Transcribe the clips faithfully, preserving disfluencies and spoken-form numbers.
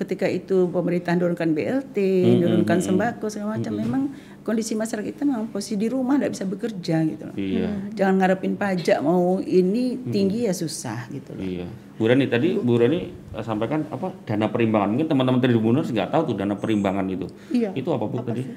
ketika itu pemerintah menurunkan B L T, menurunkan mm-hmm. sembako segala macam, mm-hmm. memang kondisi masyarakat kita memang posisi di rumah tidak bisa bekerja gitu loh. Iya. Jangan ngarepin pajak mau ini tinggi ya susah gitu loh. Iya. Bu Rani tadi Bu Rani sampaikan apa dana perimbangan. Mungkin teman-teman Tribuners nggak tahu tuh dana perimbangan itu. Iya. Itu apa Bu apa tadi? Sih?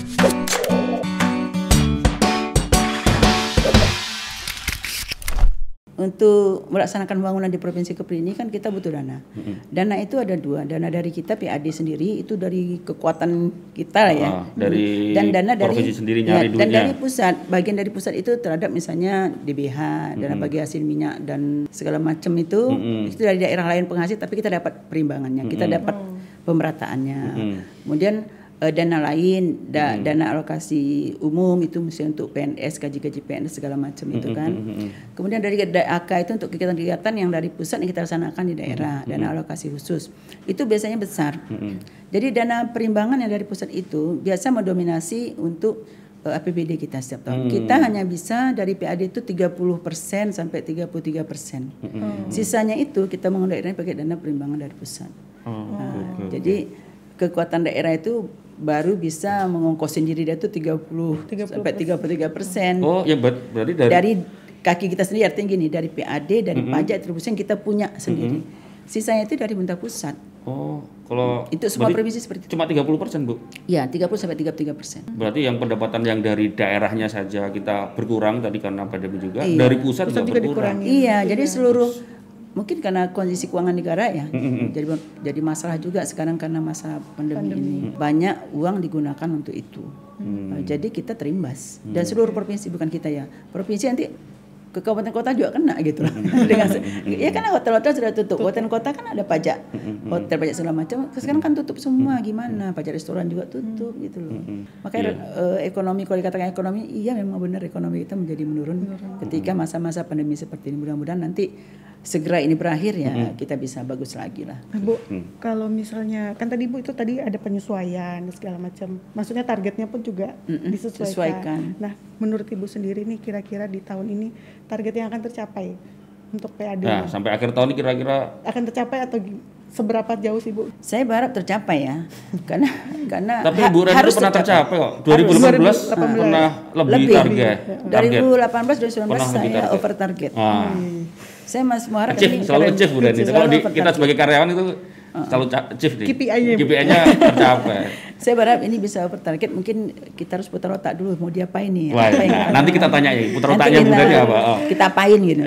Untuk melaksanakan pembangunan di Provinsi Kepri ini kan kita butuh dana. Mm-hmm. Dana itu ada dua, dana dari kita P A D sendiri itu dari kekuatan kita ya. Ah, dari dan dana dari provinsi sendiri nyari ya, dan dari pusat, bagian dari pusat itu terhadap misalnya D B H, mm-hmm. dana bagi hasil minyak dan segala macam itu, mm-hmm. itu dari daerah lain penghasil tapi kita dapat perimbangannya, mm-hmm. kita dapat pemerataannya. Mm-hmm. Kemudian Uh, dana lain, da, hmm. dana alokasi umum itu misalnya untuk P N S, gaji-gaji P N S segala macam itu kan. Hmm. Kemudian dari A K itu untuk kegiatan-kegiatan yang dari pusat yang kita laksanakan di daerah, hmm. dana alokasi khusus. Itu biasanya besar. Hmm. Jadi dana perimbangan yang dari pusat itu biasa mendominasi untuk uh, A P B D kita setiap tahun. Hmm. Kita hanya bisa dari P A D itu tiga puluh persen sampai tiga puluh tiga persen. Hmm. Sisanya itu kita menggunakan pakai dana perimbangan dari pusat. Oh. Nah, okay, jadi okay. kekuatan daerah itu baru bisa mengongkosin diri dia tuh tiga puluh sampai tiga puluh tiga persen. Oh, ya ber- berarti dari dari kaki kita sendiri, artinya gini, dari P A D, dari mm-hmm. pajak retribusi yang kita punya sendiri. Mm-hmm. Sisanya itu dari pemerintah pusat. Oh, kalau itu semua provinsi seperti itu. Cuma tiga puluh persen, Bu? Ya, tiga puluh sampai tiga puluh tiga persen. Berarti yang pendapatan yang dari daerahnya saja kita berkurang tadi karena pandemi juga, iya. dari pusat, pusat juga, juga berkurang. Iya, jadi seluruh mungkin karena kondisi keuangan negara ya, mm-hmm. jadi jadi masalah juga sekarang karena masa pandemi, pandemi. ini banyak uang digunakan untuk itu, mm. jadi kita terimbas mm. dan seluruh provinsi, bukan kita ya, provinsi nanti ke kabupaten kota juga kena gitu loh. Dengan ya karena hotel-hotel sudah tutup, kabupaten kota kan ada pajak, hotel pajak segala macam, sekarang kan tutup semua, gimana pajak restoran juga tutup gitu loh. Makanya yeah. uh, ekonomi, kalau dikatakan ekonomi, iya memang benar ekonomi kita menjadi menurun ketika masa-masa pandemi seperti ini. Mudah-mudahan nanti segera ini berakhir ya, mm-hmm. kita bisa bagus lagi lah. Bu, mm. kalau misalnya kan tadi Bu itu tadi ada penyesuaian segala macam, maksudnya targetnya pun juga mm-hmm. disesuaikan. Sesuaikan. Nah, menurut Ibu sendiri nih kira-kira di tahun ini target yang akan tercapai untuk P A D? Nah, sampai akhir tahun ini kira-kira akan tercapai atau seberapa jauh sih Bu? Saya berharap tercapai ya, karena karena tapi Bu Rani harus pernah tercapai kok. dua ribu delapan belas pernah lebih, lebih target. dua ribu delapan belas dua ribu sembilan belas saya target. over target. Ah. Hmm. Saya masih mengharap ini selalu achieve Bu Rani. Kalau di, kita sebagai karyawan itu uh-uh. selalu achieve nih. K P I-nya, K P I-nya tercapai. Saya berharap ini bisa over target. Mungkin kita harus putar otak dulu mau diapain nih. Wah, apa nah, nanti kita tanya ya putar otaknya Bu Rani apa. Oh. Kita apain gitu.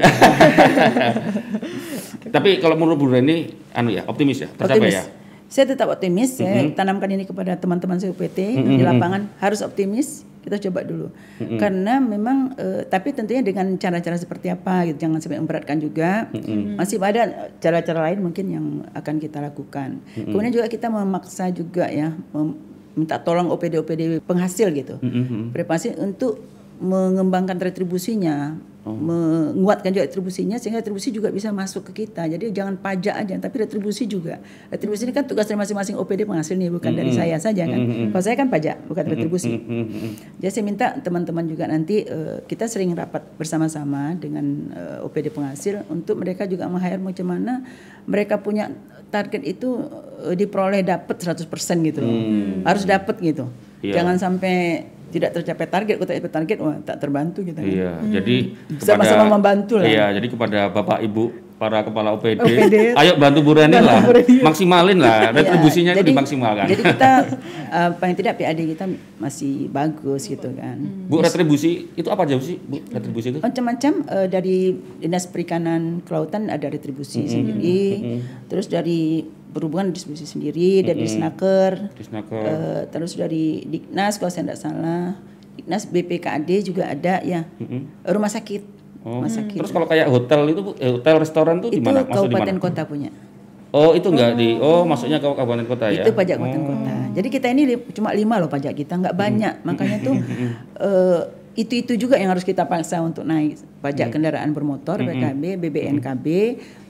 Tapi kalau menurut Bu Rani anu ya, optimis ya, tercapai optimis. ya. Saya tetap optimis. Mm-hmm. Saya tanamkan ini kepada teman-teman saya U P T mm-hmm. di lapangan, harus optimis. Kita coba dulu. Mm-hmm. Karena memang uh, tapi tentunya dengan cara-cara seperti apa gitu, jangan sampai memberatkan juga. Mm-hmm. Masih ada cara-cara lain mungkin yang akan kita lakukan. Mm-hmm. Kemudian juga kita memaksa juga ya, mem- minta tolong O P D O P D penghasil gitu. Mm-hmm. Preparasi untuk mengembangkan retribusinya, oh. menguatkan juga retribusinya sehingga retribusi juga bisa masuk ke kita. Jadi jangan pajak aja, tapi retribusi juga. Retribusi ini kan tugas dari masing-masing O P D penghasil nih, bukan mm-hmm. dari saya saja kan. Mm-hmm. Kalau saya kan pajak, bukan retribusi. Mm-hmm. Jadi saya minta teman-teman juga nanti uh, kita sering rapat bersama-sama dengan uh, O P D penghasil untuk mereka juga meng-hire macam mana mereka punya target itu uh, diperoleh dapat seratus persen gitu loh. Mm. Harus dapat gitu. Yeah. Jangan sampai tidak tercapai target, kalau tercapai target, wah tak terbantu kita. Iya, hmm. jadi sama-sama membantu lah. Iya, jadi kepada Bapak Ibu para kepala O P D, O P D. Ayo bantu Bu Rani lah, maksimalin lah, retribusinya ya, itu dimaksimalkan. Jadi kita uh, paling tidak P A D kita masih bagus gitu kan. Bu, retribusi itu apa aja sih Bu? Retribusi itu? Macam-macam uh, dari Dinas Perikanan Kelautan ada retribusi mm-hmm. sendiri, mm-hmm. terus dari berhubungan distribusi sendiri, mm-hmm. dari Disnaker, Disnaker. Uh, terus dari Diknas kalau saya tidak salah, Diknas B P K A D juga ada ya, mm-hmm. rumah sakit. Oh. Rumah sakit. Terus kalau kayak hotel itu, eh, hotel restoran tuh di mana? Itu kabupaten kota punya. Oh itu enggak oh. di, oh maksudnya ke kabupaten kota ya? Itu pajak kabupaten oh. kota. Jadi kita ini cuma lima loh pajak kita, nggak banyak, mm-hmm. makanya tuh uh, itu-itu juga yang harus kita paksa untuk naik pajak mm-hmm. kendaraan bermotor, mm-hmm. P K B, B B N K B.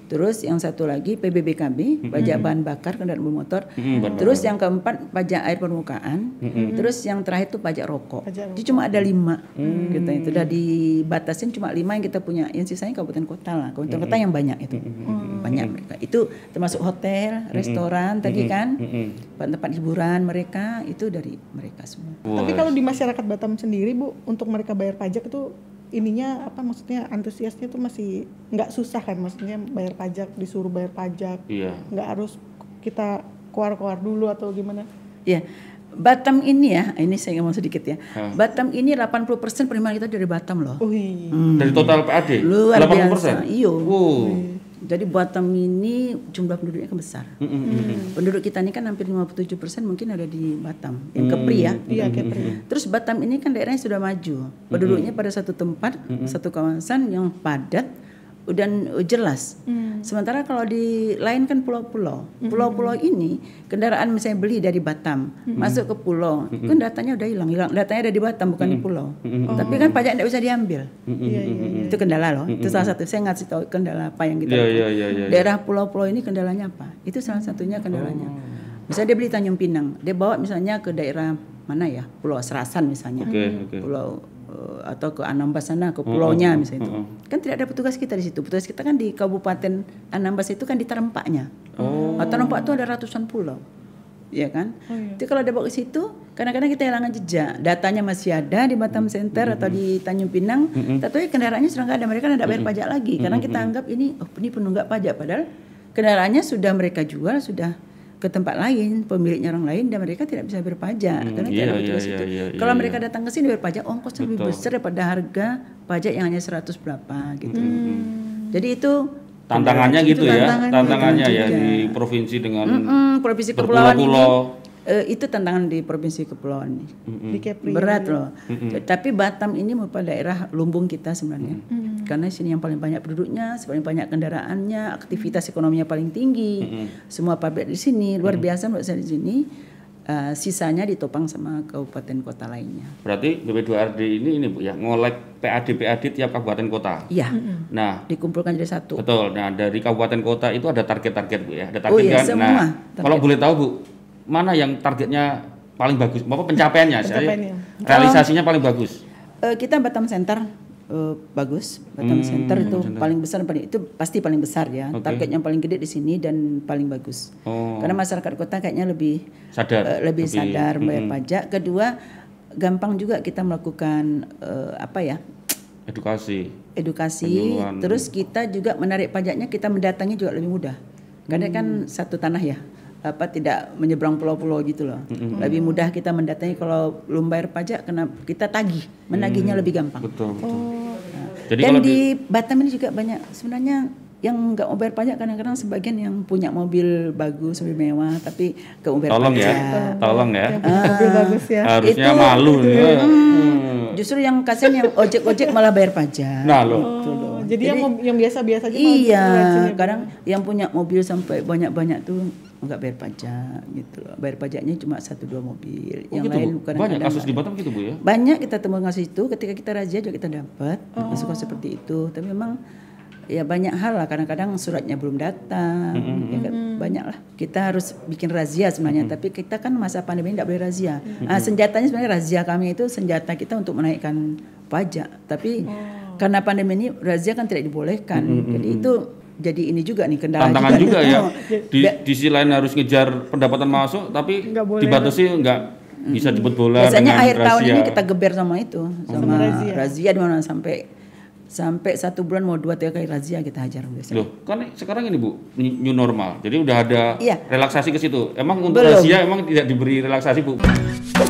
Terus yang satu lagi P B B K B, mm-hmm. pajak bahan bakar kendaraan bermotor. Mm-hmm. Terus yang keempat pajak air permukaan. Mm-hmm. Terus yang terakhir itu pajak rokok. Pajak Jadi cuma ada lima. Mm-hmm. Gitu. Itu udah dibatasin cuma lima yang kita punya. Yang sisanya kabupaten kota lah. Kabupaten mm-hmm. kota yang banyak itu. Mm-hmm. Banyak mereka. Itu termasuk hotel, restoran mm-hmm. tadi kan. Mm-hmm. Tempat hiburan mereka itu dari mereka semua. Wow. Tapi kalau di masyarakat Batam sendiri Bu, untuk mereka bayar pajak itu ininya apa maksudnya antusiasnya tuh masih nggak susah kan, maksudnya bayar pajak, disuruh bayar pajak, iya. nggak harus kita keluar-keluar dulu atau gimana? Iya, Batam ini ya, ini saya ngomong sedikit ya. Hah? Batam ini delapan puluh persen penerimaan kita dari Batam loh. Ui. Hmm. Dari total P A D? Luar delapan puluh persen? Biasa, iyo. Wow. Jadi Batam ini jumlah penduduknya kan besar. Mm-hmm. Penduduk kita ini kan hampir lima puluh tujuh persen mungkin ada di Batam, yang mm-hmm. Kepri ya. Iya, Kepri. Terus Batam ini kan daerahnya sudah maju. Penduduknya pada satu tempat, mm-hmm. satu kawasan yang padat dan jelas. Mm. Sementara kalau di lain kan pulau-pulau. Pulau-pulau ini kendaraan misalnya beli dari Batam, mm-hmm. masuk ke pulau, mm-hmm. kan datanya udah hilang. Hilang datanya ada di Batam bukan mm-hmm. di pulau. Mm-hmm. Oh. Tapi kan pajak tidak bisa diambil. Mm-hmm. Yeah, yeah, yeah. Itu kendala loh. Mm-hmm. Itu salah satu. Saya ngasih tahu kendala apa yang kita yeah, yeah, yeah, yeah, daerah pulau-pulau ini kendalanya apa? Itu salah satunya kendalanya. Oh. Misalnya dia beli Tanjung Pinang, dia bawa misalnya ke daerah mana ya? Pulau Serasan misalnya. Okay, okay. Pulau atau ke Anambas sana, ke pulaunya uh-uh, misalnya itu. Uh-uh. Kan tidak ada petugas kita di situ. Petugas kita kan di Kabupaten Anambas itu kan di Tarempaknya. Oh. Nah, Tarempak itu ada ratusan pulau. Ya kan? Oh, iya. Jadi kalau ada bawa ke situ, kadang-kadang kita hilangan jejak. Datanya masih ada di Batam Center uh-huh. atau di Tanjung Pinang, uh-huh. tapi kendaraannya sudah nggak ada. Mereka tidak bayar uh-huh. pajak lagi. Karena kita anggap ini, oh ini penunggak pajak. Padahal kendaraannya sudah mereka jual, sudah ke tempat lain, pemiliknya orang lain, dan mereka tidak bisa berpajak hmm, karena iya, tidak ada tugas iya, itu. Iya, iya, Kalau iya. mereka datang ke sini berpajak, ongkos lebih besar daripada harga pajak yang hanya seratus berapa gitu. Hmm. Jadi itu tantangannya gitu itu ya, tantangannya, tantangannya ya juga. Di provinsi dengan Mm-mm, provinsi kepulauan ini. Uh, itu tantangan di provinsi kepulauan ini. Mm-hmm. Di Kepri berat loh. Mm-hmm. Tapi Batam ini merupakan daerah lumbung kita sebenarnya. Mm-hmm. Karena sini yang paling banyak penduduknya, paling banyak kendaraannya, aktivitas ekonominya paling tinggi. Mm-hmm. Semua pabrik di sini, luar biasa menurut saya di sini. Uh, sisanya ditopang sama kabupaten kota lainnya. Berarti B P dua R D ini ini Bu ya, ngolek P A D P A D tiap kabupaten kota. Iya. Mm-hmm. Nah, dikumpulkan jadi satu. Betul. Nah, dari kabupaten kota itu ada target-target Bu ya. Ada target oh, iya, kan. Semua nah, target. Kalau boleh tahu Bu, mana yang targetnya paling bagus? Apa pencapaiannya? Pencapaiannya. Realisasinya paling bagus? Uh, kita Batam Center uh, bagus. Batam hmm, Center itu Center. paling besar, paling itu pasti paling besar ya. Okay. Targetnya paling gede di sini dan paling bagus. Oh. Karena masyarakat kota kayaknya lebih sadar, uh, lebih, lebih sadar membayar hmm. pajak. Kedua, gampang juga kita melakukan uh, apa ya? Edukasi. Edukasi. Penyuluhan. Terus kita juga menarik pajaknya, kita mendatangi juga lebih mudah. Karena hmm. kan satu tanah ya. Apa tidak menyeberang pulau-pulau gitu loh. Mm-hmm. Lebih mudah kita mendatangi kalau belum bayar pajak karena kita tagih, menagihnya mm. lebih gampang. Betul, betul. Oh. Nah, Jadi dan di, di Batam ini juga banyak sebenarnya yang nggak mau bayar pajak, kadang-kadang sebagian yang punya mobil bagus, mobil mewah tapi nggak mau bayar tolong pajak. Ya, tolong ya. Ah, mobil bagus ya. Harusnya itu, malu ya. Hmm, justru yang kasihan yang ojek-ojek malah bayar pajak. Nah loh. Gitu loh. Jadi, Jadi yang yang biasa-biasa aja. Iya, kadang yang punya mobil sampai banyak-banyak tuh nggak bayar pajak gitu loh. Bayar pajaknya cuma satu dua mobil. Oh, yang gitu, lain bukan. Banyak kasus di Batam gitu Bu ya? Banyak kita temui kasus itu, ketika kita razia juga kita dapat oh. kasus seperti itu. Tapi memang ya banyak hal lah, kadang-kadang suratnya belum datang, mm-hmm. ya kan, banyak lah. Kita harus bikin razia sebenarnya, mm-hmm. tapi kita kan masa pandemi ini tidak boleh razia. Mm-hmm. Nah, senjatanya sebenarnya razia kami itu senjata kita untuk menaikkan pajak. Tapi oh. karena pandemi ini razia kan tidak dibolehkan, mm-hmm. jadi itu jadi ini juga nih kendala tantangan juga, juga ya. Di, oh. di sisi lain harus ngejar pendapatan masuk, tapi dibatasi nggak bisa jemput bola. Biasanya dengan akhir razia. tahun ini kita geber sama itu, sama, sama razia. razia di mana sampai sampai satu bulan mau dua tiga kali razia kita hajar biasanya. Loh, kan sekarang ini Bu new normal, jadi udah ada iya. relaksasi ke situ. Emang untuk Belum. razia emang tidak diberi relaksasi Bu?